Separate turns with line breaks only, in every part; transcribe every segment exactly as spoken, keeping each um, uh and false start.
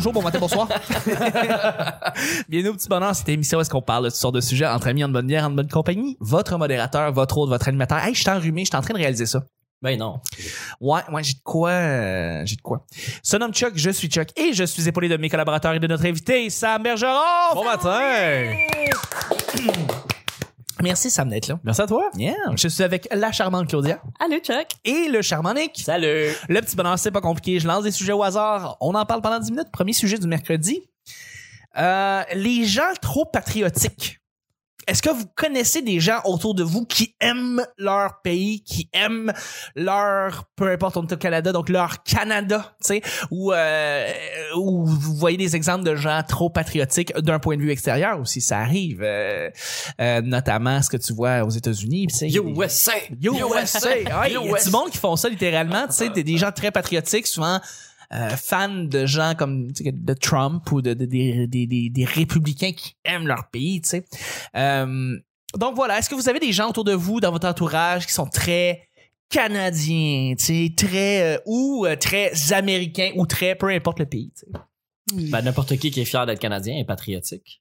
bonjour, bon matin, bonsoir. Bienvenue au Petit Bonheur, cette émission où est-ce qu'on parle de toutes sortes de sujets entre amis, en bonne bière, en bonne compagnie. Votre modérateur, votre hôte, votre animateur. Hey, je suis enrhumé, je suis en train de réaliser ça.
Ben non.
Ouais, ouais, j'ai de quoi, euh, j'ai de quoi. Son nom Chuck, je suis Chuck et je suis épaulé de mes collaborateurs et de notre invité, Sam Bergeron.
Bon matin!
Merci Sam d'être là.
Merci à toi.
Yeah. Je suis avec la charmante Claudia.
Allô, Chuck.
Et le charmant Nick.
Salut!
Le Petit Bonheur, c'est pas compliqué. Je lance des sujets au hasard. On en parle pendant dix minutes. Premier sujet du mercredi. Euh, les gens trop patriotiques. Est-ce que vous connaissez des gens autour de vous qui aiment leur pays, qui aiment leur, peu importe, on est au Canada, donc leur Canada, tu sais, ou, euh, ou vous voyez des exemples de gens trop patriotiques d'un point de vue extérieur aussi, ça arrive, euh, euh, notamment ce que tu vois aux États-Unis, tu sais.
U S A!
U S A! Ouais, il y a du monde qui font ça littéralement, tu sais, des, des gens très patriotiques, souvent euh, fans de gens comme tu sais, de Trump ou de, de, de, des, des, des républicains qui aiment leur pays, tu sais. Euh, donc voilà, est-ce que vous avez des gens autour de vous, dans votre entourage, qui sont très canadiens, tu sais, très euh, ou euh, très américains ou très peu importe le pays, tu sais.
Ben, n'importe qui qui est fier d'être Canadien est patriotique.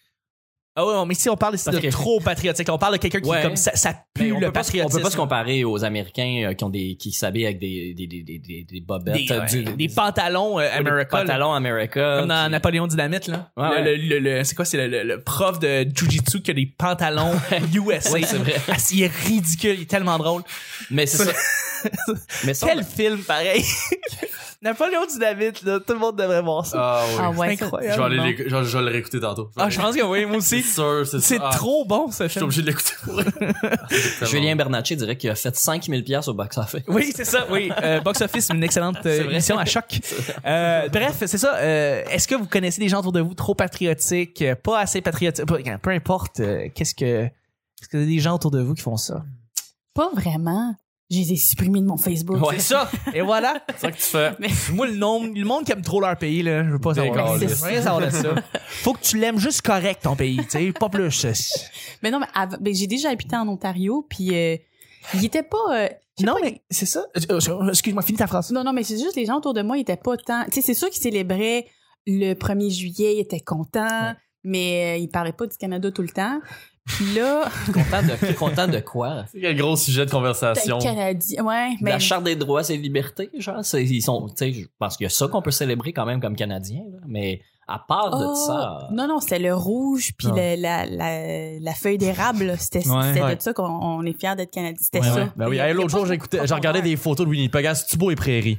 Ah ouais, mais ici on parle ici
Parce
de
que-
trop patriotique. On parle de quelqu'un qui
Ouais.
est comme ça, ça
Mais
pue
on
le
peut pas se-
patriotisme.
On peut pas se comparer aux Américains euh, qui ont des qui s'habillent avec des des des des des, des bobettes,
des,
euh,
ouais,
du-
des pantalons euh,
des
America, là.
pantalons America,
Comme dans
puis-
Napoléon Dynamite, là.
Ouais,
le, le, le, le- c'est quoi, c'est le, le, le prof de Jiu-Jitsu qui a des pantalons U S A.
Oui, c'est vrai.
Ah, il est ridicule, il est tellement drôle.
Mais c'est ça. Mais ça,
Quel film, pareil. Napoléon Dynamite, là, tout le monde devrait voir ça.
Ah oui.
Ah ouais,
C'est
ça-
incroyable.
Je vais aller l'éc- je vais- je vais le réécouter tantôt.
Ah, je pense que oui, moi aussi.
C'est sûr, c'est
C'est
sûr. Ah,
trop bon, ce
Je suis
film.
obligé de l'écouter pour vrai.
Julien Bernatchez dirait qu'il a fait cinq mille piastres au box-office.
Oui, c'est ça, oui. Euh, Box Office, une excellente euh,
C'est vrai.
émission à choc. Euh, bref, c'est ça. Euh, est-ce que vous connaissez des gens autour de vous trop patriotiques, euh, pas assez patriotiques, peu, peu importe, euh, qu'est-ce que... Est-ce que vous avez des gens autour de vous qui font ça?
Pas vraiment. Je les ai supprimés de mon Facebook.
C'est ça. Et voilà.
C'est ça que tu fais.
Mais-
Moi, le nombre, le monde qui aime trop leur pays, là, je veux pas savoir.
Dégueulasse.
Je veux rien savoir de ça. Faut que tu l'aimes juste correct, ton pays, tu sais, pas plus.
Mais non, mais av- ben, j'ai déjà habité en Ontario, puis euh, il était pas... euh, je sais
Non,
pas,
mais c'est ça. Euh, euh, Excuse-moi, finis ta phrase.
Non, non, mais c'est juste les gens autour de moi, ils étaient pas tant... Tu sais, c'est sûr qu'ils célébraient le premier juillet, ils étaient contents, mais euh, ils parlaient pas du Canada tout le temps. Puis là...
Content de content de quoi?
C'est quel gros sujet de conversation.
Canadien, ouais, mais...
La charte des droits et libertés, genre, c'est, ils sont, tu sais, je pense qu'il y a ça qu'on peut célébrer quand même comme Canadien, là, mais à part de
Oh,
ça,
non, non, c'était le rouge puis
Non.
le- la, la, la feuille d'érable. là. C'était
Ouais.
c'était
Ouais.
de ça qu'on on est fiers d'être Canadien. C'était
Ouais,
ça.
ouais. Ben oui,
Il y a-
hey,
il y a
l'autre
pas
jour,
de-
j'écoutais,
pas
j'ai regardé
de-
des photos de Winnipeg, Stubo et Prairies.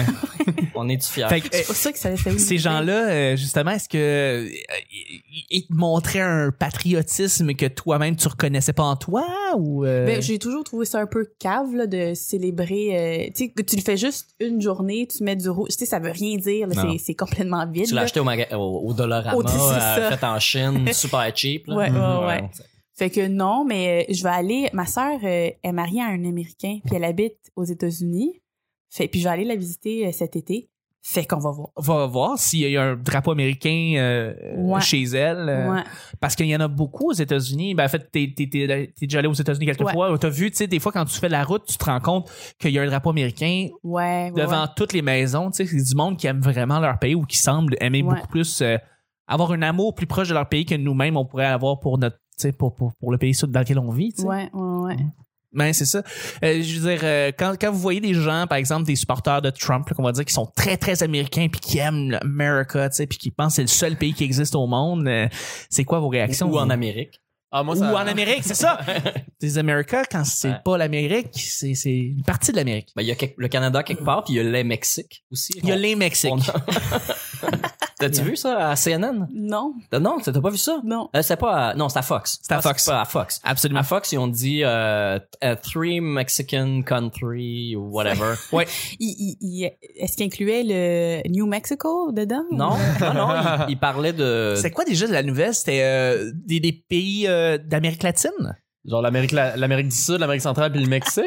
on est-tu fiers?
Fait que,
C'est pour ça que ça c'était
ces gens-là, euh, justement, est-ce que euh, ils ils te montraient un patriotisme que toi-même tu reconnaissais pas en toi ou euh...
Ben, j'ai toujours trouvé ça un peu cave là, de célébrer. euh, tu sais, que tu le fais juste une journée, tu mets du rouge. Tu sais, ça veut rien dire. là,
Non.
c'est, c'est complètement vide.
Tu l'as
là.
acheté au, maga- au, au Dollarama,
Au- c'est
euh,
ça.
fait en Chine, super cheap. Là.
Ouais, ouais,
Mhm.
ouais. Fait que non, mais euh, je vais aller. Ma sœur euh, est mariée à un Américain, puis elle habite aux États-Unis. Fait puis je vais aller la visiter euh, cet été. Fait qu'on va voir.
va voir s'il y a un drapeau américain euh,
Ouais.
chez elle. euh,
Ouais.
Parce qu'il y en a beaucoup aux États-Unis. Ben, en fait, t'es, t'es, t'es, t'es déjà allé aux États-Unis quelques
Ouais.
fois. T'as vu, tu sais, des fois, quand tu fais la route, tu te rends compte qu'il y a un drapeau américain
Ouais. ouais,
devant
ouais.
toutes les maisons. Tu sais, c'est du monde qui aime vraiment leur pays ou qui semble aimer
Ouais.
beaucoup plus, euh, avoir un amour plus proche de leur pays que nous-mêmes, on pourrait avoir pour notre, tu sais, pour, pour, pour le pays dans lequel on vit, tu sais.
Ouais, ouais, ouais.
Ben, c'est ça. Euh, je veux dire, euh, quand, quand vous voyez des gens, par exemple, des supporters de Trump, là, qu'on va dire, qui sont très, très américains puis qui aiment l'America, tu sais, puis qui pensent que c'est le seul pays qui existe au monde, euh, c'est quoi vos réactions?
Ou en
vous?
Amérique.
Ah, moi,
Ou
ça...
en Amérique, c'est ça! Des Américains, quand c'est
Ouais.
pas l'Amérique, c'est, c'est une partie de l'Amérique.
Ben, il y a quelque- le Canada quelque part, puis il y a le Mexique aussi.
Il y a
On-
les Mexiques.
on- T'as-tu vu ça à C N N?
Non,
Euh, Non, t'as pas vu ça?
non.
Euh, c'est pas à... Non, c'est à Fox.
C'est à
Ah,
Fox.
pas à Fox.
Absolument.
À Fox, ils ont dit euh, uh, three Mexican country ou whatever.
Ouais.
Il, il, il- est-ce qu'il incluait le New Mexico dedans?
Non, non, non, ils il parlaient de...
C'est quoi déjà la nouvelle? C'était euh, des, des pays euh, d'Amérique latine?
Genre l'Amérique, la- l'Amérique du Sud, l'Amérique centrale puis le Mexique.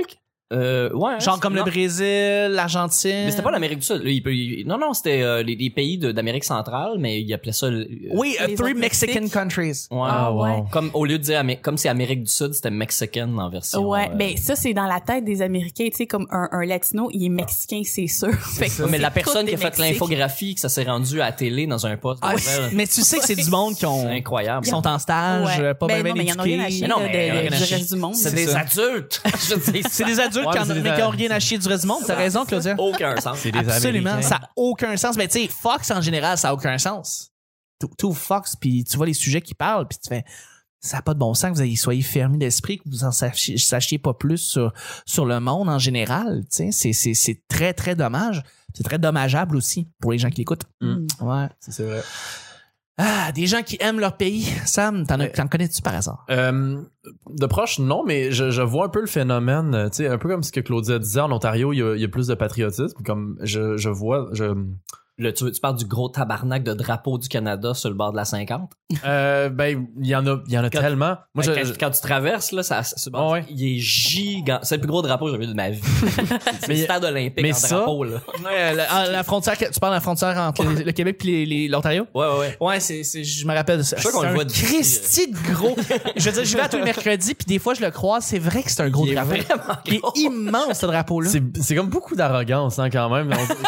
Euh, ouais.
Genre comme
non.
le Brésil, l'Argentine.
Mais c'était pas l'Amérique du Sud. Là, il peut, il- non, non, c'était euh, les, les pays de- d'Amérique centrale, mais il appelait ça. le-
Oui, uh,
Les
three
autres
Mexican
Mexiques.
countries.
Ouais.
Ah, ouais.
Comme au lieu de dire Amé- comme c'est Amérique du Sud, c'était Mexican en version.
Ouais,
euh,
ben ça c'est dans la tête des Américains, tu sais comme un, un latino, il est mexicain, c'est sûr. Fait que
Ouais, mais
c'est
la
tous
personne
des
qui a fait
Mexiques.
l'infographie, que ça s'est rendu à la télé dans un poste de
Ah,
nouvelles,
mais tu sais que c'est du monde qui
c'est
ont
incroyable.
qui sont en stage,
Ouais.
euh, pas
Ben
bien
non, mais
bien
ils en ont rien à
éduqués.
chier,
Mais non,
là,
mais
de-
rien à
de- du
chier.
reste du monde.
C'est
C'est
des
ça.
adultes. Je veux dire,
C'est des adultes
Ouais,
qui,
mais
en-
c'est des
mais qui
a-
ont rien à chier du reste du monde. T'as raison, Claudia.
aucun sens.
C'est des
Absolument,
Américains.
ça n'a aucun sens. Mais tu sais, Fox en général, ça n'a aucun sens. Tout, tout Fox, puis tu vois les sujets qui parlent, puis tu fais, ça n'a pas de bon sens que vous ayez, soyez fermés d'esprit, que vous en sachiez, sachiez pas plus sur, sur le monde en général. Tu sais, c'est, c'est, c'est très, très dommage. C'est très dommageable aussi pour les gens qui l'écoutent.
Mm.
Ouais.
C'est c'est vrai.
Ah, des gens qui aiment leur pays. Sam, t'en, as- t'en connais-tu par hasard?
Euh, de proche, non, mais je, je vois un peu le phénomène, euh, tu sais, un peu comme ce que Claudia disait, en Ontario, il y a, il y a plus de patriotisme, comme je, je vois, je,
Le, tu, tu parles du gros tabarnak de drapeau du Canada sur le bord de la cinquante.
euh, ben, il y en a, il y en a
Quand-
tellement. Moi, je,
quand,
je-
quand tu traverses, là, ça, ça- sur le bord,
Ah ouais.
il est gigant. C'est le plus gros drapeau que j'ai vu de ma vie. c'est
Mais-
le stade olympique
mais
en
ça-
drapeau, là.
Ouais, la, ah, la frontière, tu parles de la frontière entre le, le Québec et les, les, l'Ontario?
Ouais, ouais, ouais.
Ouais, c'est, c'est, je me rappelle de ça.
Je suis sûr qu'on
C'est
le
un
voit d'ici,
Christy de gros. Je veux dire, je vais à tous les mercredis, puis des fois, je le croise. C'est vrai que c'est un gros
Il est
drapeau.
vraiment
Il est
gros.
immense, ce drapeau-là.
c'est, c'est comme beaucoup d'arrogance, hein, quand même. On-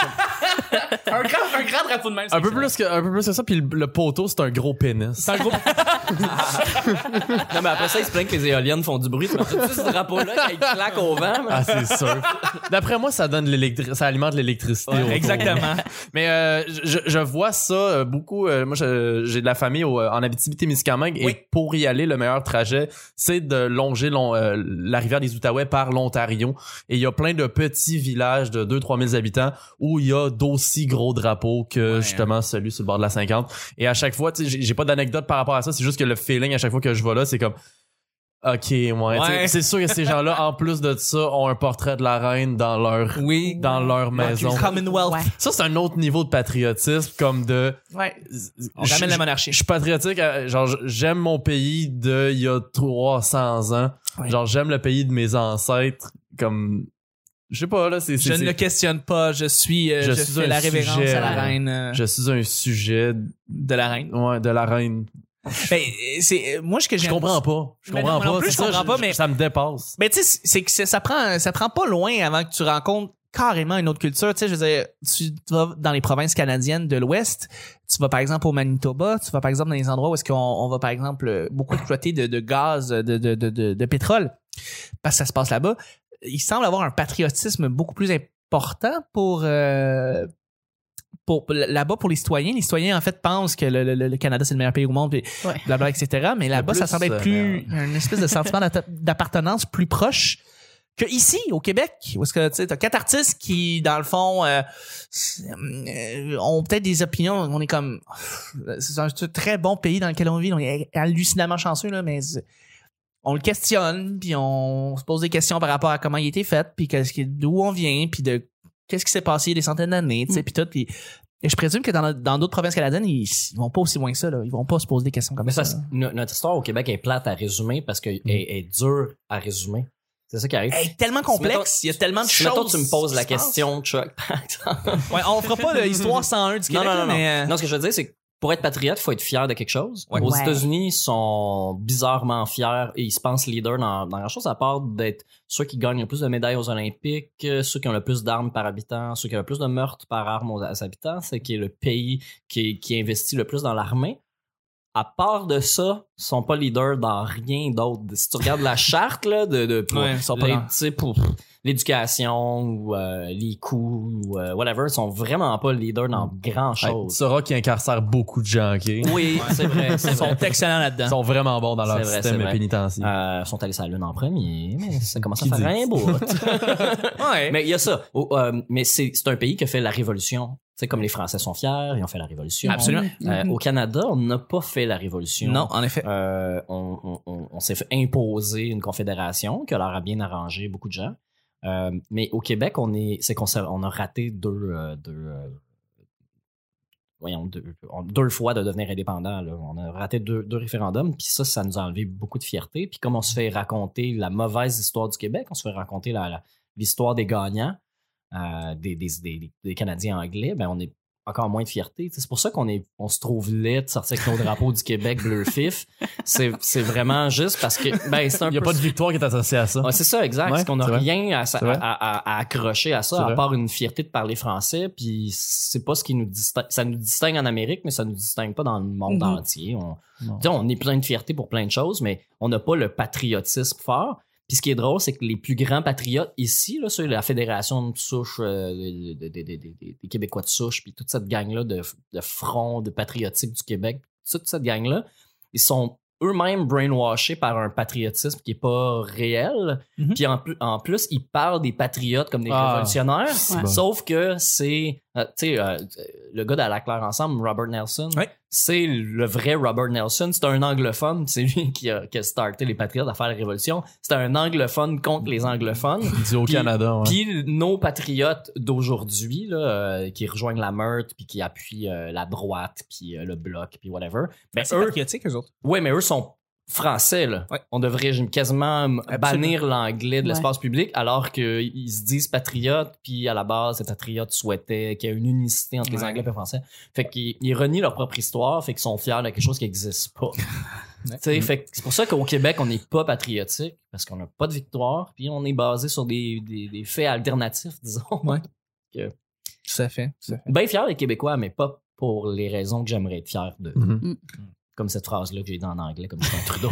un grand, un grand drapeau de même.
un peu plus que, un peu plus que ça, puis le, le poteau, c'est un gros pénis.
C'est un gros.
Non, mais après ça, ils se plaignent que les éoliennes font du bruit. Tu vois ce drapeau-là, quand il claque au vent.
Ah, c'est sûr. D'après moi, ça donne de l'électri- ça alimente l'électricité.
Ouais,
autour.
Exactement.
Mais euh, je, je vois ça euh, beaucoup. euh, moi, je- j'ai de la famille au, en Abitibi-Témiscamingue
Oui.
et pour y aller, le meilleur trajet, c'est de longer l'on- euh, la rivière des Outaouais par l'Ontario. Et il y a plein de petits villages de deux à trois mille habitants où il y a d'aussi gros drapeaux que
Ouais,
justement celui sur le bord de la cinquante. Et à chaque fois, tu sais, j'ai, j'ai pas d'anecdote par rapport à ça. C'est juste que le feeling à chaque fois que je vais là, c'est comme OK, ouais.
Ouais.
Tu sais, c'est sûr que ces gens-là, en plus de ça, ont un portrait de la reine dans leur
Oui.
dans leur maison.
Commonwealth.
Ouais.
Ça, c'est un autre niveau de patriotisme, comme de...
Ouais. On
Je-
ramène la
je-
monarchie.
Je suis patriotique, euh, genre, j'aime mon pays de il y a trois cents ans.
Ouais.
Genre, j'aime le pays de mes ancêtres, comme... Je sais pas, là, c'est...
Je
c'est-
ne
c'est-
le questionne pas. Je suis, euh,
Je
je,
suis
fais
un
la révérence
sujet,
à la
euh,
reine euh,
Je suis un sujet...
de la reine.
Ouais, de la reine.
Ben, c'est, moi, ce que
Je
j'aime.
comprends pas. Je
Mais
comprends
non, moi non
pas.
plus,
c'est
je
ça,
comprends pas, mais-
Ça me dépasse.
Ben, tu sais, c'est que c'est- ça prend, ça prend pas loin avant que tu rencontres carrément une autre culture. Tu sais, je veux dire, tu vas dans les provinces canadiennes de l'Ouest, tu vas par exemple au Manitoba, tu vas par exemple dans les endroits où est-ce qu'on on va par exemple beaucoup exploiter de, de gaz, de, de, de, de, de pétrole, parce que ça se passe là-bas. Il semble avoir un patriotisme beaucoup plus important pour, euh, pour là-bas pour les citoyens. Les citoyens, en fait, pensent que le, le, le Canada, c'est le meilleur pays au monde, puis
Ouais.
blablabla, et cetera. Mais là-bas,
plus,
ça semble être
euh,
plus, une espèce de sentiment d'atta- d'appartenance plus proche que ici, au Québec, où est-ce que, tu sais, t'as quatre artistes qui, dans le fond, euh, euh, ont peut-être des opinions, on est comme, c'est un, c'est un très bon pays dans lequel on vit, on est hallucinamment chanceux, là, mais c'est- on le questionne, puis on se pose des questions par rapport à comment il a été fait, puis qu'est-ce qui- d'où on vient, puis de qu'est-ce qui s'est passé il y a des centaines d'années, tu sais,
Mm.
puis tout, puis et je présume que dans dans d'autres provinces canadiennes, ils, ils vont pas aussi loin que ça, là. Ils vont pas se poser des questions comme
Mais
ça.
ça,
là.
c'est- no- notre histoire au Québec est plate à résumer parce qu'elle
Mm.
est, est dure à résumer. C'est ça qui arrive.
Elle est tellement complexe, il y a tellement de
Si,
choses.
mettons, tu me poses la
qui se passent.
question, Chuck, par exemple.
Ouais, on fera pas l'histoire cent un du
Non,
Québec,
non,
là,
non, non.
mais euh,
Non, ce que je veux dire, c'est que pour être patriote, il faut être fier de quelque chose.
Ouais.
Aux
Ouais.
États-Unis, ils sont bizarrement fiers et ils se pensent leaders dans, dans grand chose, à part d'être ceux qui gagnent le plus de médailles aux Olympiques, euh, ceux qui ont le plus d'armes par habitant, ceux qui ont le plus de meurtres par arme aux, aux habitants. C'est qui est le pays qui, qui investit le plus dans l'armée. À part de ça, ils sont pas leaders dans rien d'autre. Si tu regardes la charte là, de, de pour,
Ouais, ils sont pas
les-
dans-
tu sais, pour l'éducation ou euh, les coûts ou euh, whatever, ils sont vraiment pas leaders dans grand
Hey,
chose.
tu sauras qu'ils incarcèrent beaucoup de gens, OK?
Oui, c'est vrai, c'est
ils
vrai.
sont excellents
Ils
là-dedans.
sont vraiment bons dans leur
C'est vrai,
système
c'est vrai.
pénitentiaire.
Euh, sont allés sur la Lune en premier, mais ça commence à
Qui
faire
dit?
un bout.
Ouais.
Mais il y a ça. Oh, euh, mais c'est c'est un pays qui a fait la révolution. Tu sais, comme les Français sont fiers, ils ont fait la révolution.
Absolument.
Euh, Au Canada, on n'a pas fait la révolution.
Non, en effet.
Euh, on on, on, on s'est fait imposer une confédération qui leur a bien arrangé beaucoup de gens. Euh, mais au Québec, on est, c'est qu'on s'est- on a raté deux, euh, deux, euh, voyons, deux, on- deux fois de devenir indépendant. Là. On a raté deux, deux référendums, puis ça, ça nous a enlevé beaucoup de fierté. Puis comme on se fait raconter la mauvaise histoire du Québec, on se fait raconter la, la, l'histoire des gagnants, euh, des, des, des, des Canadiens anglais, ben on est encore moins de fierté. T'sais, c'est pour ça qu'on est, on se trouve laid de sortir avec nos drapeaux du Québec bleu fif. C'est, c'est vraiment juste parce que ben c'est un
Il y a
peu...
pas de victoire qui est associée à ça.
Ouais, c'est ça, exact.
Ouais,
parce qu'on a
c'est vrai.
rien à,
C'est
à,
vrai.
à, à, à accrocher à
C'est
ça, à
vrai.
part une fierté de parler français. Puis c'est pas ce qui nous distingue. Ça nous distingue en Amérique, mais ça nous distingue pas dans le monde
Mhm.
entier. On,
Non.
t'sais, on est plein de fierté pour plein de choses, mais on n'a pas le patriotisme fort. Puis ce qui est drôle, c'est que les plus grands patriotes ici, là, sur la Fédération de souche, euh, des, des, des, des, des- des Québécois de souche, puis toute cette gang-là de, de front, de patriotique du Québec, toute cette gang-là, ils sont eux-mêmes brainwashés par un patriotisme qui est pas réel.
Mhm.
Puis en, plus- en plus, ils parlent des patriotes comme des
Ah.
révolutionnaires,
Ouais.
sauf que c'est, euh, tu sais, euh, le gars d'À la Claire Ensemble, Robert Nelson,
Ouais.
c'est le vrai Robert Nelson. C'est un anglophone. C'est lui qui a, qui a starté les patriotes à faire la révolution. C'est un anglophone contre les anglophones.
Du au
Puis-
Canada, ouais.
Puis nos patriotes d'aujourd'hui, là, euh, qui rejoignent la meute, puis qui appuient euh, la droite, puis euh, le bloc, puis whatever. Ben,
C'est
eux,
patriotique, eux autres.
ouais, mais eux sont français, là.
Ouais.
On devrait quasiment
Absolument.
bannir l'anglais de
Ouais.
l'espace public, alors qu'ils se disent patriotes, puis à la base, ces patriotes souhaitaient qu'il y ait une unicité entre les
Ouais.
anglais et les français. Fait qu'ils ils renient leur propre histoire, fait qu'ils sont fiers de quelque chose qui n'existe pas. Tu sais, fait que c'est pour ça qu'au Québec, on n'est pas patriotique, parce qu'on n'a pas de victoire, puis on est basé sur des, des, des faits alternatifs, disons.
Ouais.
Que-
Tout à fait. Tout à fait.
Bien fier des Québécois, mais pas pour les raisons que j'aimerais être fier de.
Mhm.
Comme cette phrase-là que j'ai dit en anglais, comme Justin Trudeau.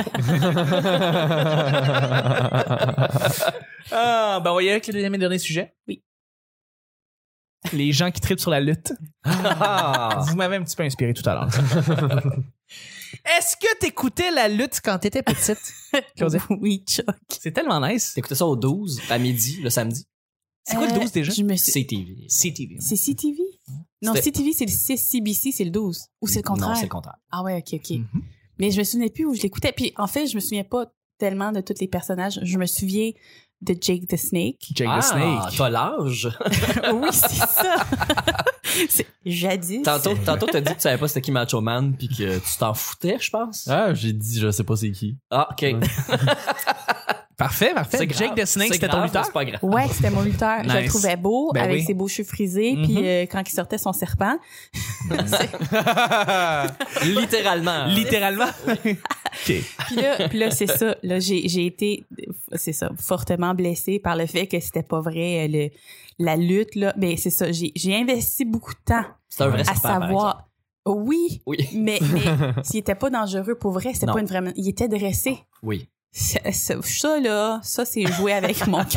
Ah, ben on va y aller avec le deuxième et dernier sujet.
Oui.
Les gens qui trippent sur la lutte.
Ah.
Vous m'avez un petit peu inspiré tout à l'heure. Est-ce que t'écoutais la lutte quand t'étais petite? Claudia?
Oui, Chuck.
C'est tellement nice.
T'écoutais ça au douze, à midi, le samedi.
C'est quoi le
Euh,
douze déjà?
Je me suis...
C T V.
C T V.
C'est C T V? Non,
C'était-
C T V, c'est le six, C B C, c'est le douze. Ou c'est le contraire?
Non, c'est le contraire.
Ah ouais, ok, ok.
Mhm.
Mais je me souvenais plus où je l'écoutais. Puis en fait, je me souviens pas tellement de tous les personnages. Je me souviens de Jake the Snake.
Jake
ah,
the Snake.
t'as l'âge.
Oui, c'est ça. c'est jadis.
Tantôt, tantôt t'as dit que tu savais pas c'était qui Macho Man, puis que tu t'en foutais, je pense.
Ah, j'ai dit, je sais pas c'est qui.
Ah, ok.
Parfait, parfait.
C'est
Jake
grave.
the Snake,
C'est
c'était ton
grave,
lutteur?
mais C'est pas grave.
Ouais, c'était mon lutteur. Je le
Nice.
trouvais beau,
Ben
avec
oui.
ses beaux cheveux frisés,
Mhm.
puis euh, quand il sortait son serpent.
Littéralement.
Littéralement. OK.
Puis là, puis là c'est ça. Là, j'ai, j'ai été, c'est ça, fortement blessée par le fait que c'était pas vrai, euh, le, la lutte, là. Mais c'est ça, j'ai, j'ai investi beaucoup de temps
C'est un vrai
à
serpent, par exemple.
savoir. Oui,
Oui.
mais, mais s'il était pas dangereux pour vrai, c'était
Non.
pas une vraie. Il était dressé.
Oui.
Ça, ça, ça, là, ça, c'est jouer avec mon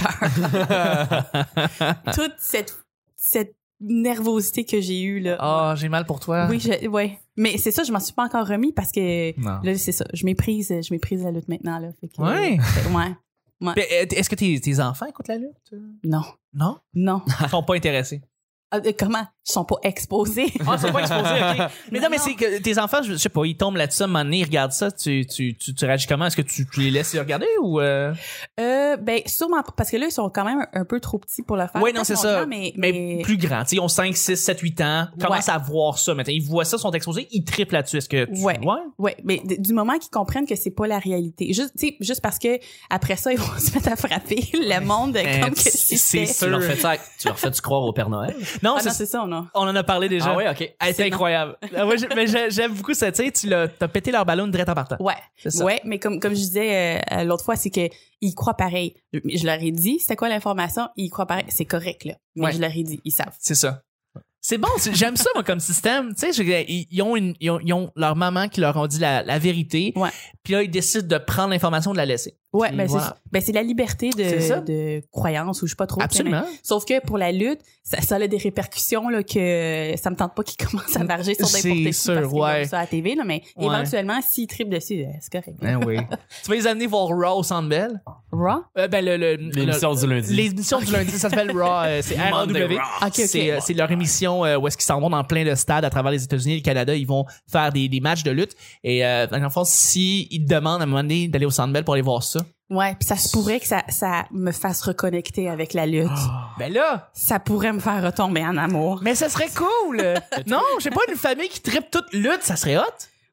cœur. Toute cette, cette nervosité que j'ai eue, là.
Ah, j'ai mal pour toi.
Oui, je, ouais. Mais c'est ça, je m'en suis pas encore remis parce que
Non.
là, c'est ça. Je méprise, je méprise la lutte maintenant, là. Fait que,
Ouais.
fait- ouais.
Mais, euh, Est-ce que tes, tes enfants écoutent la lutte?
Non.
Non?
Non.
Ils sont pas intéressés.
Ah, euh, comment? Ils sont pas exposés.
Ah, ils sont pas exposés, OK. Mais non,
Non,
mais
non.
c'est que tes enfants, je sais pas, ils tombent là-dessus, à un moment donné, ils regardent ça, tu, tu, tu, tu réagis comment? Est-ce que tu, tu les laisses les regarder ou... Euh...
Euh, ben, sûrement, pas, parce que là, ils sont quand même un, un peu trop petits pour le faire.
Oui, non,
Peut-être
c'est ça.
longtemps, Mais,
Mais,
mais,
plus grands, tu sais, ils ont cinq, six, sept, huit ans, commencent
Ouais.
à voir ça maintenant. Ils voient ça, sont exposés, ils triplent là-dessus. Est-ce que tu...
Ouais.
Ouais.
ouais, mais d- du moment qu'ils comprennent que c'est pas la réalité. Juste, tu sais, juste parce que après ça, ils vont se mettre à frapper le monde
Euh,
comme que
c'est-
si
c'est
c'était...
Tu leur fais ça, tu leur fais-tu croire au Père Noël?
Non,
Ah
c'est-
non, c'est ça, non.
on en a parlé déjà.
Ah ouais, ok.
Ah, c'est
C'est
incroyable. Ah, ouais, j'ai- mais j'ai- j'aime beaucoup ça, tu sais, tu l'as, t'as pété leur ballon direct en partant.
Ouais.
C'est ça.
Ouais, mais comme, comme je disais euh, l'autre fois, c'est que ils croient pareil. Je, je leur ai dit, c'était quoi l'information? Ils croient pareil. C'est correct, là. Mais
Ouais.
je leur ai dit, ils savent.
C'est ça. C'est bon, c'est- j'aime ça, moi, comme système. Tu sais, je- ils, ils ont une, ils ont, ils ont leur maman qui leur ont dit la, la vérité.
Ouais.
Puis là, ils décident de prendre l'information, de la laisser.
Ouais,
Puis
ben,
voilà.
c'est, ben c'est la liberté
C'est ça.
de, de croyance ou je sais pas trop.
Absolument.
mais- sauf que pour la lutte, ça, ça a des répercussions là, que ça me tente pas qu'ils commencent à marger sur
C'est
n'importe qui
sûr,
parce qu'ils
ouais.
voient ça à la T V, là, mais
Ouais.
éventuellement, s'ils trippent dessus, euh, c'est correct.
Ben oui. Tu vas les amener voir Raw au Centre Bell?
Raw?
Euh, ben, le, le,
L'émission
le-
du lundi.
L'émission du lundi, ça s'appelle Raw. euh, c'est R A
Monday
W.
Raw.
Ok, ok.
C'est, euh, c'est leur émission euh, où est-ce qu'ils s'en vont dans plein de stades à travers les États-Unis et le Canada. Ils vont faire des, des matchs de lutte. Et euh, dans le fond, si ils te demandent à un moment donné d'aller au Centre Bell pour aller voir ça,
Ouais, puis ça se pourrait que ça, ça me fasse reconnecter avec la lutte.
ben là,
Ça pourrait me faire retomber en amour.
mais ça serait cool. Non, je sais pas, une famille qui tripe toute lutte, ça serait hot.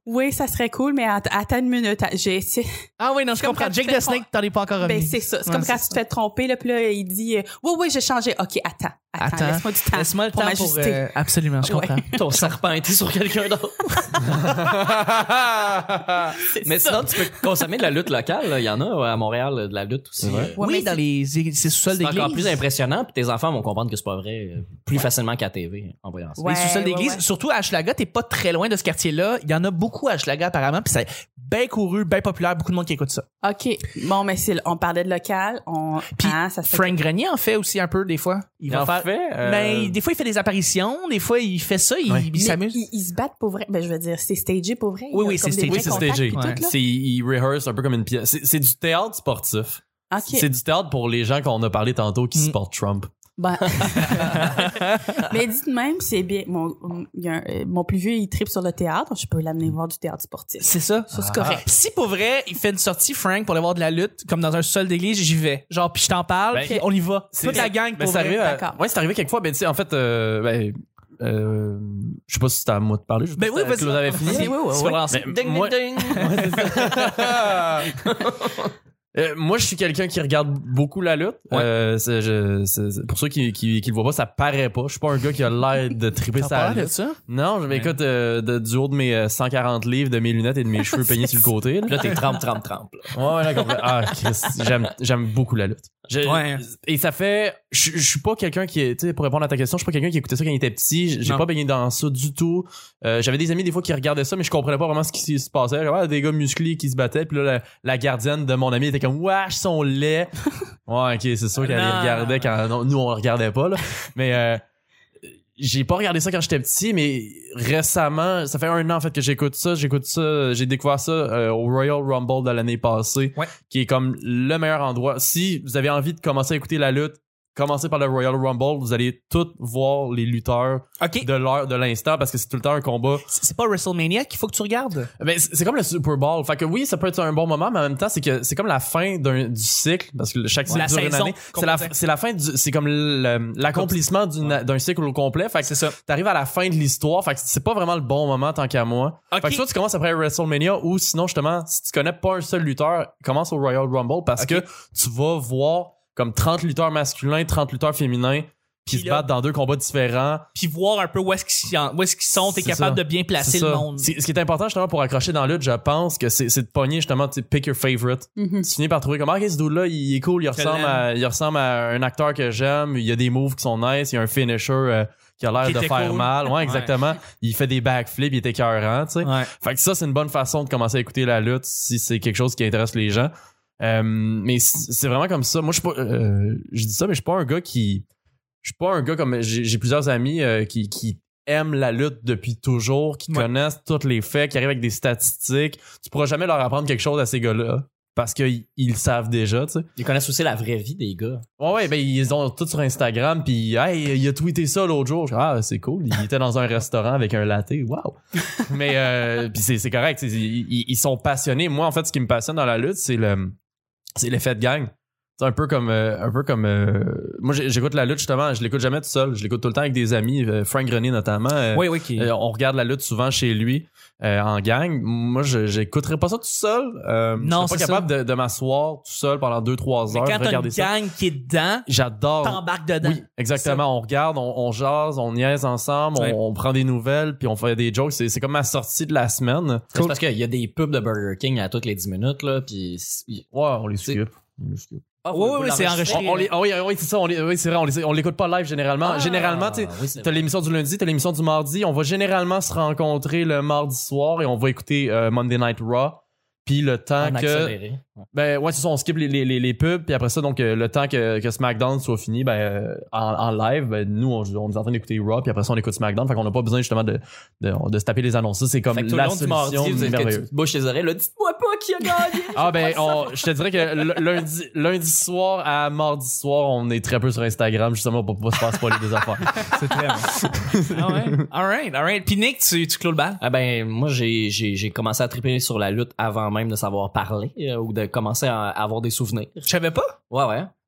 Oui, ça serait cool, mais att- attends une minute. J'ai, c'est,
Ah oui, non, je
comme
comprends.
quand
Jake
tu fais
the Snake, t'en es pas encore
ben,
revenu.
c'est ça. C'est
Ouais,
comme
c'est
quand
ça.
tu te fais tromper, là, puis là, il dit, euh, oui, oui, j'ai changé. OK, attends. Attends,
Attends.
laisse-moi du temps.
Laisse-moi le
pour
temps pour...
m'ajuster.
euh, absolument, je
Ouais.
comprends.
Ton serpent était sur quelqu'un d'autre.
C'est
Mais
ça.
sinon, tu peux consommer de la lutte locale. là. Il y en a à Montréal, de la lutte aussi.
C'est vrai?
Euh,
Ouais,
oui,
mais
dans
c'est-
les, ces sous-sols
C'est
d'église.
encore plus impressionnant, puis tes enfants vont comprendre que c'est pas vrai euh, plus facilement qu'à T V en voyant ça.
Ouais.
Les sous-sols d'église,
ouais.
surtout à Hochelaga, t'es pas très loin de ce quartier-là. Il y en a beaucoup à Hochelaga, apparemment, puis c'est bien couru, bien populaire, beaucoup de monde qui écoute ça.
OK. Bon, mais c'est, on parlait de local. On,
Puis
hein, ça se fait
Frank Grenier en fait aussi un peu, des fois. Il va
En
faire...
fait, euh,
Ben, des fois, il fait des apparitions, des fois, il fait ça, il,
Ouais.
il
Mais
s'amuse.
Ils, ils se battent pour vrai. Ben, je veux dire, c'est stagé pour vrai.
Oui,
Il y a
oui,
comme
c'est
des
stagé.
vrais
Oui, c'est
contacts
stagé.
puis
Ouais.
tout, là.
C'est, il rehearse un peu comme une pièce. C'est, c'est du théâtre sportif.
OK.
C'est du théâtre pour les gens qu'on a parlé tantôt qui
Mm.
supportent Trump.
Ben. Mais dites même, c'est bien. Mon, il y a un- euh, mon plus vieux, il tripe sur le théâtre. Je peux l'amener voir du théâtre sportif.
C'est ça.
Ça, c'est correct.
Si pour vrai, il fait une sortie, Frank, pour aller voir de la lutte, comme dans un sol d'église, j'y vais. Genre, puis je t'en parle,
Ben,
puis on y va.
c'est-
Toute la gang
Ben,
pour
c'est
vrai.
arrivé, à-
d'accord.
ouais, c'est arrivé quelquefois. Ben, tu sais, en fait, euh, ben, euh, je sais pas si c'était à moi de parler. Je sais
Ben
pas
oui,
si
vas-y.
Claude avait fini.
Oui, oui, oui,
Tu
oui.
vas le lancer.
Mais
Ding,
moi-
ding, ding.
Ouais, c'est ça. Euh, moi, je suis quelqu'un qui regarde beaucoup la lutte.
Ouais.
Euh, c'est- je- c'est- c'est- pour ceux qui, qui, qui le voient pas, ça paraît pas. Je suis pas un gars qui a l'air de triper
T'as
sa
peur de
lutte.
ça?
Non, je m'écoute euh, de, du haut de mes euh, cent quarante livres, de mes lunettes et de mes cheveux peignés sur le côté. Là.
Là, t'es trempe, trempe, trempe. là.
Ouais, ouais, là, complètement. Ah, Chris, j'aime, j'aime beaucoup la lutte. Je-
Ouais.
Et ça fait, je, je suis pas quelqu'un qui est, tu sais, pour répondre à ta question, je suis pas quelqu'un qui écoutait ça quand il était petit. J'ai
Non.
pas baigné dans ça du tout. Euh, j'avais des amis des fois qui regardaient ça, mais je comprenais pas vraiment ce qui se passait. Genre, ah, des gars musclés qui se battaient, puis là, la, la gardienne de mon ami était comme, wesh, son lait. Ouais, ok, c'est sûr qu'elle les
Non.
regardait quand non, nous on le regardait pas là. Mais euh, j'ai pas regardé ça quand j'étais petit, mais récemment, ça fait un an en fait que j'écoute ça. J'écoute ça, j'ai découvert ça euh, au Royal Rumble de l'année passée,
Ouais.
qui est comme le meilleur endroit. Si vous avez envie de commencer à écouter la lutte, commencez par le Royal Rumble. Vous allez tous voir les lutteurs
OK.
de l'heure, de l'instant, parce que c'est tout le temps un combat.
C'est c'est pas WrestleMania qu'il faut que tu regardes?
Ben, c'est c'est comme le Super Bowl. Fait que oui, ça peut être un bon moment, mais en même temps, c'est que c'est comme la fin d'un, du cycle, parce que chaque cycle
La
dure une
saison,
année. C'est la,
complète.
c'est la fin du, c'est comme le- l'accomplissement d'une, d'un cycle au complet. Fait que
C'est ça.
t'arrives à la fin de l'histoire. Fait que c'est pas vraiment le bon moment tant qu'à moi.
OK.
Fait que soit tu commences après WrestleMania, ou sinon, justement, si tu connais pas un seul lutteur, commence au Royal Rumble, parce
OK.
que tu vas voir comme trente lutteurs masculins, trente lutteurs féminins, qui
Puis
se
là-
battent dans deux combats différents.
Puis voir un peu où est-ce qu'ils en- où est-ce qu'ils sont, t'es
C'est
capable
ça.
de bien placer
C'est
le
ça.
monde.
C'est- Ce qui est important justement pour accrocher dans la lutte, je pense que c'est, c'est de pogner justement, tu sais, pick your favorite.
Mhm.
Tu finis par trouver comme, ah, ok, ce dude-là, il est cool, il
Je
ressemble
l'aime.
à, il ressemble à un acteur que j'aime, il y a des moves qui sont nice, il y a un finisher euh, qui a l'air
Qui
de
était
faire
cool.
mal. Ouais, exactement. Il fait des backflips, il est écœurant, tu sais.
Ouais.
Fait que ça, c'est une bonne façon de commencer à écouter la lutte si c'est quelque chose qui intéresse les gens. Euh, mais c- c'est vraiment comme ça. Moi, je suis pas, euh, je dis ça, mais je suis pas un gars qui, je suis pas un gars comme, j'ai, j'ai plusieurs amis euh, qui, qui aiment la lutte depuis toujours, qui
Ouais.
connaissent tous les faits, qui arrivent avec des statistiques. Tu pourras jamais leur apprendre quelque chose à ces gars-là. Parce qu'ils ils le savent déjà, tu sais.
Ils connaissent aussi la vraie vie des gars.
Ouais, ouais, ben ils ont tout sur Instagram, puis hey, il a tweeté ça l'autre jour. Je dis, ah, c'est cool. Il était dans un restaurant avec un latte. Wow. Mais euh, puis c'est c'est correct. c'est- Ils, ils- ils sont passionnés. Moi, en fait, ce qui me passionne dans la lutte, c'est le c'est l'effet de gang. C'est un peu comme euh, un peu comme euh, moi j'ai- j'écoute la lutte justement. Je l'écoute jamais tout seul. Je l'écoute tout le temps avec des amis. euh, Frank Grenier notamment. euh,
Oui, oui, qui...
euh, on regarde la lutte souvent chez lui euh, en gang. Moi, je j'écouterais pas ça tout seul. Euh,
Non,
je serais
c'est
pas capable de, de m'asseoir tout seul pendant deux trois
Mais
heures,
quand t'as une
regarder ça.
gang qui est dedans,
J'adore.
t'embarques dedans.
Oui, exactement. On regarde, on, on jase, on niaise ensemble,
Ouais.
on, on prend des nouvelles, puis on fait des jokes. C'est, c'est comme ma sortie de la semaine.
C'est parce qu'il y a des pubs de Burger King à toutes les dix minutes, là, puis...
Ouais, on les skip. On les skip.
Ah,
Oui, oui, oui, c'est enregistré.
On, on les, ah oui, ah oui, c'est ça. On les, oui, c'est vrai. On les, on l'écoute pas live généralement.
Ah,
généralement, tu sais,
oui, c'est
t'as
vrai.
l'émission du lundi, t'as l'émission du mardi. On va généralement se rencontrer le mardi soir et on va écouter euh, Monday Night Raw. Puis le temps
En
que
accéléré. Ouais.
ben ouais c'est ça, on skip les, les, les, les pubs, puis après ça donc euh, le temps que, que SmackDown soit fini, ben euh, en, en live, ben nous on, on est en train d'écouter Raw, puis après ça on écoute SmackDown, fait qu'on n'a pas besoin justement de, de de se taper les annonces. Ça, c'est comme
Fait que tout le
la
long du mardi,
solution
vous êtes que
merveilleuse.
tu bouches les oreilles, là, dites-moi pas qui a gagné.
Ah ben on, je te dirais que l- lundi lundi soir à mardi soir, on est très peu sur Instagram justement pour pas se faire spoiler des affaires.
C'est très bon. Ah ouais? Alright, alright. Puis Nick, tu, tu clôt le bal?
Ah ben, moi, j'ai, j'ai, j'ai commencé à triper sur la lutte avant même de savoir parler euh, ou de commencer à, à avoir des souvenirs.
Je savais pas.
Ouais, ouais.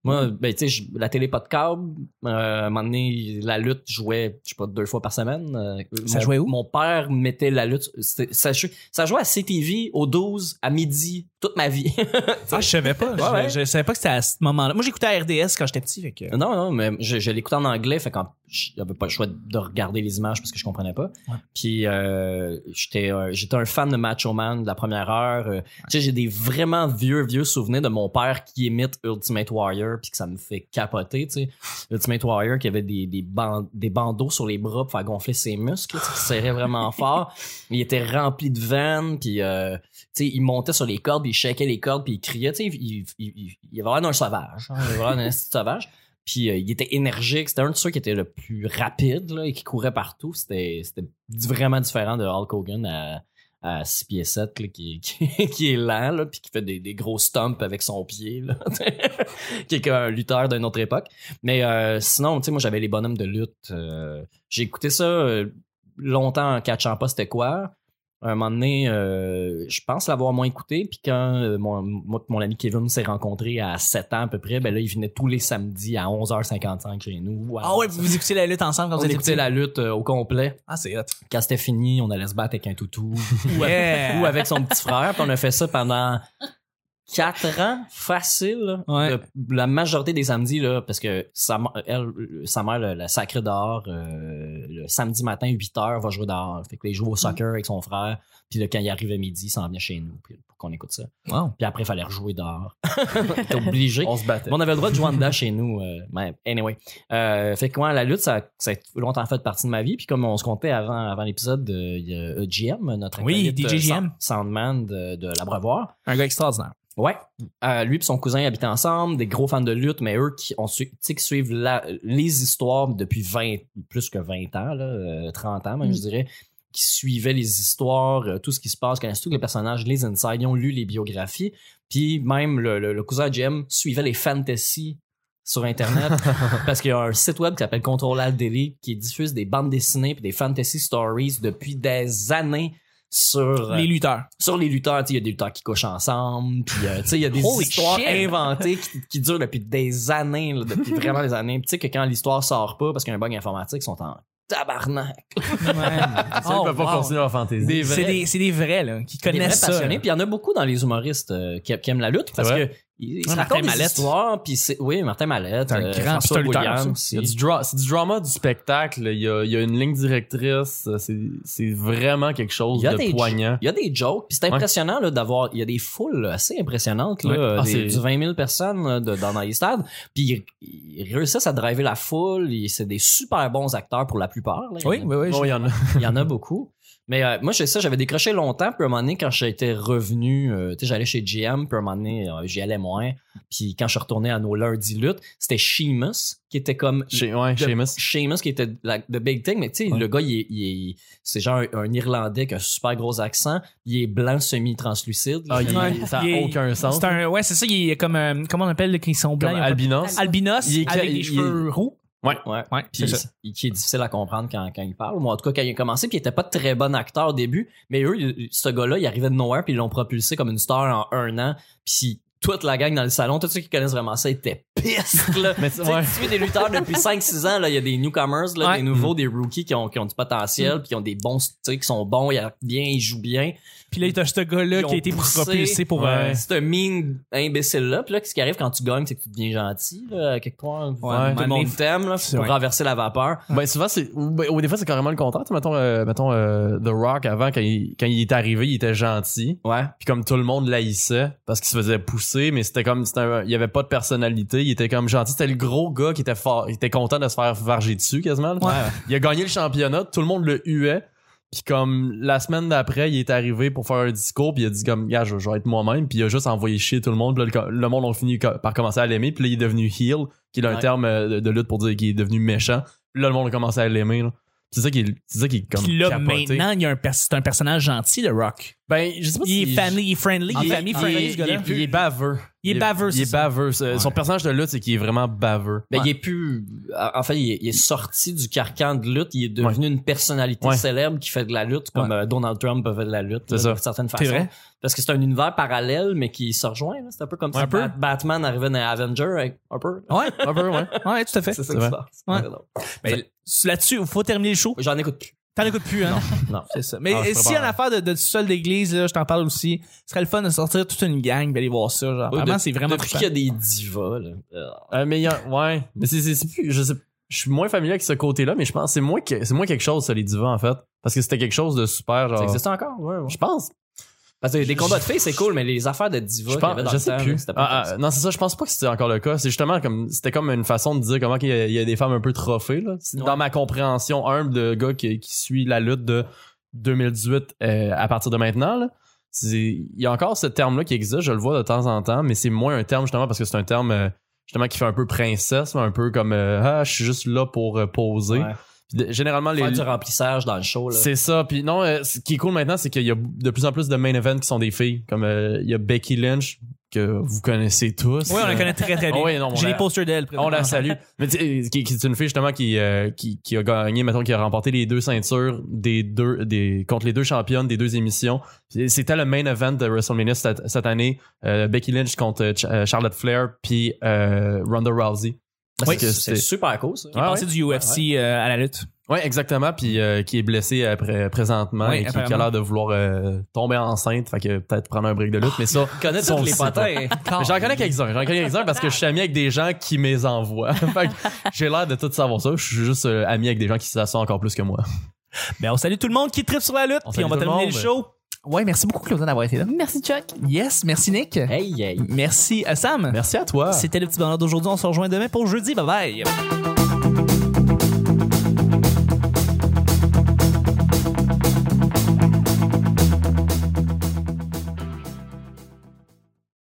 Moi, ben, tu sais, la télé pas de câble. Euh, à un moment donné, la lutte jouait, je sais pas, deux fois par semaine. Euh,
Ça
mon,
jouait où?
Mon père mettait la lutte. Ça, ça jouait à C T V au douze à midi toute ma vie.
Ah, je savais pas.
Ouais,
je,
ouais.
je savais pas que c'était à ce moment-là. Moi, j'écoutais à R D S quand j'étais petit. Fait que...
Non, non, mais je, je l'écoutais en anglais, fait quand j'avais pas le choix de regarder les images parce que je comprenais pas.
Ouais.
Puis euh, j'étais euh, j'étais un fan de Macho Man de la première heure. Euh, ouais. Tu sais, j'ai des vraiment vieux vieux souvenirs de mon père qui imite Ultimate Warrior puis que ça me fait capoter, tu sais. Ultimate Warrior qui avait des des, band, des bandeaux sur les bras pour faire gonfler ses muscles, qui serrait vraiment fort. Il était rempli de veines puis euh, tu sais, il montait sur les cordes, puis il shakeait les cordes, puis il criait, tu sais, il, il, il, il avait l'air d'un sauvage, hein, il avait l'air d'un sauvage. Puis euh, il était énergique, c'était un de ceux qui était le plus rapide là, et qui courait partout. C'était, c'était vraiment différent de Hulk Hogan à, à six pieds sept là, qui, qui, qui est lent là, puis qui fait des, des gros stumps avec son pied, là, qui est comme un lutteur d'une autre époque. Mais euh, sinon, tu sais, moi j'avais les bonhommes de lutte. Euh, j'ai écouté ça euh, longtemps en catchant pas c'était quoi. Un moment donné, euh, je pense l'avoir moins écouté. Puis quand euh, mon, moi mon ami Kevin s'est rencontré à sept ans à peu près, ben là, il venait tous les samedis à onze heures cinquante-cinq chez nous. Wow.
Ah ouais, vous écoutez la lutte ensemble quand
On
vous étiez
écoutait
petit?
la lutte euh, au complet.
Ah, c'est hot.
Quand c'était fini, on allait se battre avec un toutou.
Yeah.
Ou avec son petit frère. Puis on a fait ça pendant quatre ans, facile. Là.
Ouais.
De, la majorité des samedis, là, parce que sa, elle, sa mère la, la sacrée dehors, euh, le samedi matin, huit heures, va jouer dehors. Fait que là, il joue au soccer avec son frère. Puis là, quand il arrive à midi, il s'en venait chez nous puis, pour qu'on écoute ça.
Wow.
Puis après, il fallait rejouer dehors. T'es obligé.
On se battait.
Mais on avait le droit de jouer en dedans chez nous. Euh, mais anyway. Euh, fait que ouais, la lutte, ça, ça a longtemps fait partie de ma vie. Puis comme on se comptait avant, avant l'épisode, il y a G M, notre
Oui,
acolyte,
D J G M.
euh, Soundman de, de l'Abreuvoir.
Un gars extraordinaire.
Ouais. Euh, lui et son cousin habitaient ensemble, des gros fans de lutte, mais eux qui ont su, tu sais, qui suivent la, les histoires depuis vingt, plus que vingt ans, là, euh, trente ans, même, mm. je dirais, qui suivaient les histoires, euh, tout ce qui se passe, connaissent tous les personnages, les insides, ils ont lu les biographies, puis même le, le, le cousin J M suivait les fantasy sur Internet parce qu'il y a un site web qui s'appelle Control Alt Delete qui diffuse des bandes dessinées puis des fantasy stories depuis des années sur
les lutteurs.
Euh, sur les lutteurs, il y a des lutteurs qui couchent ensemble, puis euh, tu sais il y a des
Holy
histoires
shit.
inventées qui, qui durent depuis des années, là, depuis vraiment des années. Tu sais que quand l'histoire sort pas parce qu'il y a un bug informatique, ils sont en tabarnak.
Ouais.
Ça, ils
Oh,
peuvent pas
wow.
continuer leur fantaisie.
Des
C'est des, c'est des vrais, là, qui
Des vrais
connaissent ça.
passionnés,
là.
puis il y en a beaucoup dans les humoristes euh, qui, qui aiment la lutte parce
vrai?
que ils
Ouais,
se
Martin
racontent des
Mallette.
histoires, puis c'est oui Martin Mallette,
C'est un
euh,
grand
François
lutteur,
Williams,
ça.
Il y a
c'est-
du dra- c'est du drama du spectacle. Il y a, il y a une ligne directrice. C'est, c'est vraiment quelque chose
il y a
de
des
poignant.
il y a des jokes, puis c'est impressionnant là d'avoir il y a des foules assez impressionnantes là,
Ouais.
euh,
Ah,
des-
c'est-
du vingt mille personnes là, de, dans, dans les stades, puis ils, ils réussissent à driver la foule, et c'est des super bons acteurs pour la plupart là.
Oui, oui, oui.
Bon, il y en a.
Il y en a beaucoup. Mais euh, moi, je sais ça, j'avais décroché longtemps, puis à un moment donné, quand j'étais revenu, euh, tu sais, j'allais chez G M, puis à un moment donné, euh, j'y allais moins. Puis quand je suis retourné à nos lundis luttes, c'était Sheamus, qui était comme...
Chez, ouais,
de-
Sheamus.
Sheamus, qui était la, the big thing, mais tu sais,
Ouais.
le gars, il est, il est- c'est genre un, un Irlandais qui a un super gros accent, il est blanc semi-translucide.
Ah, il-
Ouais.
ça
Il
n'a
est-
aucun sens.
C'est un, ouais, c'est ça, il est comme, euh, comment on appelle, quand ils sont blancs?
Comme
ils ont pas-
albinos.
Albinos,
Il est-
avec
il-
des
il-
cheveux roux.
Ouais.
Ouais,
Puis
c'est ça.
il- qui est difficile à comprendre quand, quand il parle. Moi, en tout cas, quand il a commencé, puis il était pas de très bon acteur au début, mais eux, il- ce gars-là, il arrivait de nowhere, puis ils l'ont propulsé comme une star en un an. Puis toute la gang dans le salon, tous ceux qui connaissent vraiment ça, étaient pistes, là.
Mais
Tu
c'est-
sais,
ouais.
tu suis des lutteurs depuis cinq six ans, là, il y a des newcomers, là,
Ouais.
des nouveaux, des rookies qui ont, qui ont du potentiel, puis qui ont des bons, tu sais, qui sont bons, ils actent bien, ils jouent bien.
Puis là, t'as ce gars-là
Ils
qui a
ont
été
poussé.
propulsé pour...
Ouais.
euh,
C'est un mean imbécile-là, puis là, ce qui arrive quand tu gagnes, c'est que tu deviens gentil, là, à quelque part.
Ouais,
Tout le monde
mais-
t'aime, là,
C'est
pour
vrai.
renverser la vapeur.
Ben souvent c'est ou, ben, ou des fois c'est carrément le contraire. Tu sais, mettons euh, mettons euh, The Rock avant quand il quand il est arrivé, il était gentil.
Ouais.
Puis comme tout le monde l'haïssait parce qu'il se faisait pousser, mais c'était comme c'était un- il y avait pas de personnalité, il était comme gentil, c'était le gros gars qui était fort, il était content de se faire varger dessus quasiment. là.
Ouais.
Il a gagné le championnat, tout le monde le huait. Puis comme la semaine d'après, il est arrivé pour faire un discours, puis il a dit comme gars, je, je vais être moi-même, puis il a juste envoyé chier tout le monde. Puis là, le, le monde a fini co- par commencer à l'aimer, puis là il est devenu heel, qui est un
Ouais.
terme euh, de, de lutte pour dire qu'il est devenu méchant. Puis là le monde a commencé à l'aimer. là. C'est ça qui est c'est ça qui est comme
Puis là,
capoté.
maintenant, il y a un pers- c'est un personnage gentil, le Rock.
Ben je sais pas
Il
si
est family friendly, il est family
il,
friendly,
il,
ce gars-là.
il est- il est baveux.
Il Il est baveux,
Il
c'est
est
ça.
baveux. C'est- Son personnage de lutte, c'est qu'il est vraiment baveux.
Ben,
Ouais.
il est plus, en fait, il est, il est sorti du carcan de lutte, il est devenu une personnalité
Ouais.
célèbre qui fait de la lutte, comme
Ouais.
euh, Donald Trump fait de la lutte,
C'est
là,
ça.
d'une certaine façon.
C'est vrai?
Parce que c'est un univers parallèle, mais qui se rejoint, là. C'est un peu comme
Ouais,
si
un peu.
Bat- Batman arrivait dans Avenger, avec- un peu.
Ouais,
Un peu, ouais.
ouais, tout à fait.
C'est ça
C'est
qui se
vrai.
passe.
Ouais.
Ouais, non.
Ben, là-dessus, il faut terminer le show.
J'en écoute plus.
T'en écoutes plus, hein?
Non.
C'est ça. Mais
Ah, je
si
prépare.
y a une affaire de, de sol d'église, là, je t'en parle aussi. Ce serait le fun de sortir toute une gang d'aller voir ça. Genre,
Ouais,
vraiment,
de-
c'est vraiment
Depuis
trippant.
qu'il y a des divas, là. euh,
Euh, mais il y a, ouais. Mais c'est, c'est, c'est plus, je sais, je suis moins familier avec ce côté-là, mais je pense que c'est moins que, c'est moins quelque chose, ça, les divas, en fait. Parce que c'était quelque chose de super,
Ça
genre.
existe encore? Ouais, ouais.
Je pense.
Parce que des
Je-
combats de filles, c'est cool, mais les affaires de divas
Je
qu'il y avait
pense,
dans
je
le
sais
temps,
plus.
c'était pas
Ah,
comme
ah,
ça.
non, c'est ça, je pense pas que c'était encore le cas. C'est justement comme, c'était comme une façon de dire comment qu'il y a, il y a des femmes un peu trophées, là. C'est
Ouais.
Dans ma compréhension humble de gars qui, qui suit la lutte de deux mille dix-huit euh, à partir de maintenant, là. C'est, il y a encore ce terme-là qui existe, je le vois de temps en temps, mais c'est moins un terme justement parce que c'est un terme euh, justement qui fait un peu princesse, un peu comme euh, ah, je suis juste là pour euh, poser.
Ouais.
Puis de- généralement les
Faire du remplissage dans le show, là.
c'est ça. Puis non, euh, ce qui est cool maintenant, c'est qu'il y a de plus en plus de main events qui sont des filles. Comme euh, il y a Becky Lynch, que vous connaissez tous.
Oui, on la connaît très très bien.
Ah oui, non, on
J'ai
la-
les posters d'elle.
On la salue. Mais tu sais, qui, qui est une fille justement qui, euh, qui, qui a gagné, mettons, qui a remporté les deux ceintures des deux, des, contre les deux championnes des deux émissions. C'était le main event de WrestleMania cette, cette année. Euh, Becky Lynch contre euh, Ch- euh, Charlotte Flair puis euh, Ronda Rousey.
Oui,
que
c'est
c'était-
super cool, ça.
Qui est
Ouais,
passé
ouais.
du U F C euh, à la lutte.
Ouais, exactement. Puis euh, qui est blessé après, présentement
Ouais,
et qui, qui a
apparemment.
l'air de vouloir euh, tomber enceinte. Fait que peut-être prendre un break de lutte. Mais ça,
Je connais
ça, on
tous
le
les
sait pas.
potins.
Mais j'en connais quelques-uns. J'en connais quelques-uns parce que je suis ami avec des gens qui me les envoient. Fait que j'ai l'air de tout savoir ça. Je suis juste euh, ami avec des gens qui savent ça encore plus que moi.
Ben, on salue tout le monde qui tripe sur la lutte.
On
Puis on va
salue tout
terminer
le
le
monde.
show. Ouais, merci beaucoup, Claudia, d'avoir été là.
Merci, Chuck.
Yes, merci, Nick.
Hey, hey.
Merci, euh, Sam.
Merci à toi.
C'était le petit bonheur d'aujourd'hui. On se rejoint demain pour jeudi. Bye bye.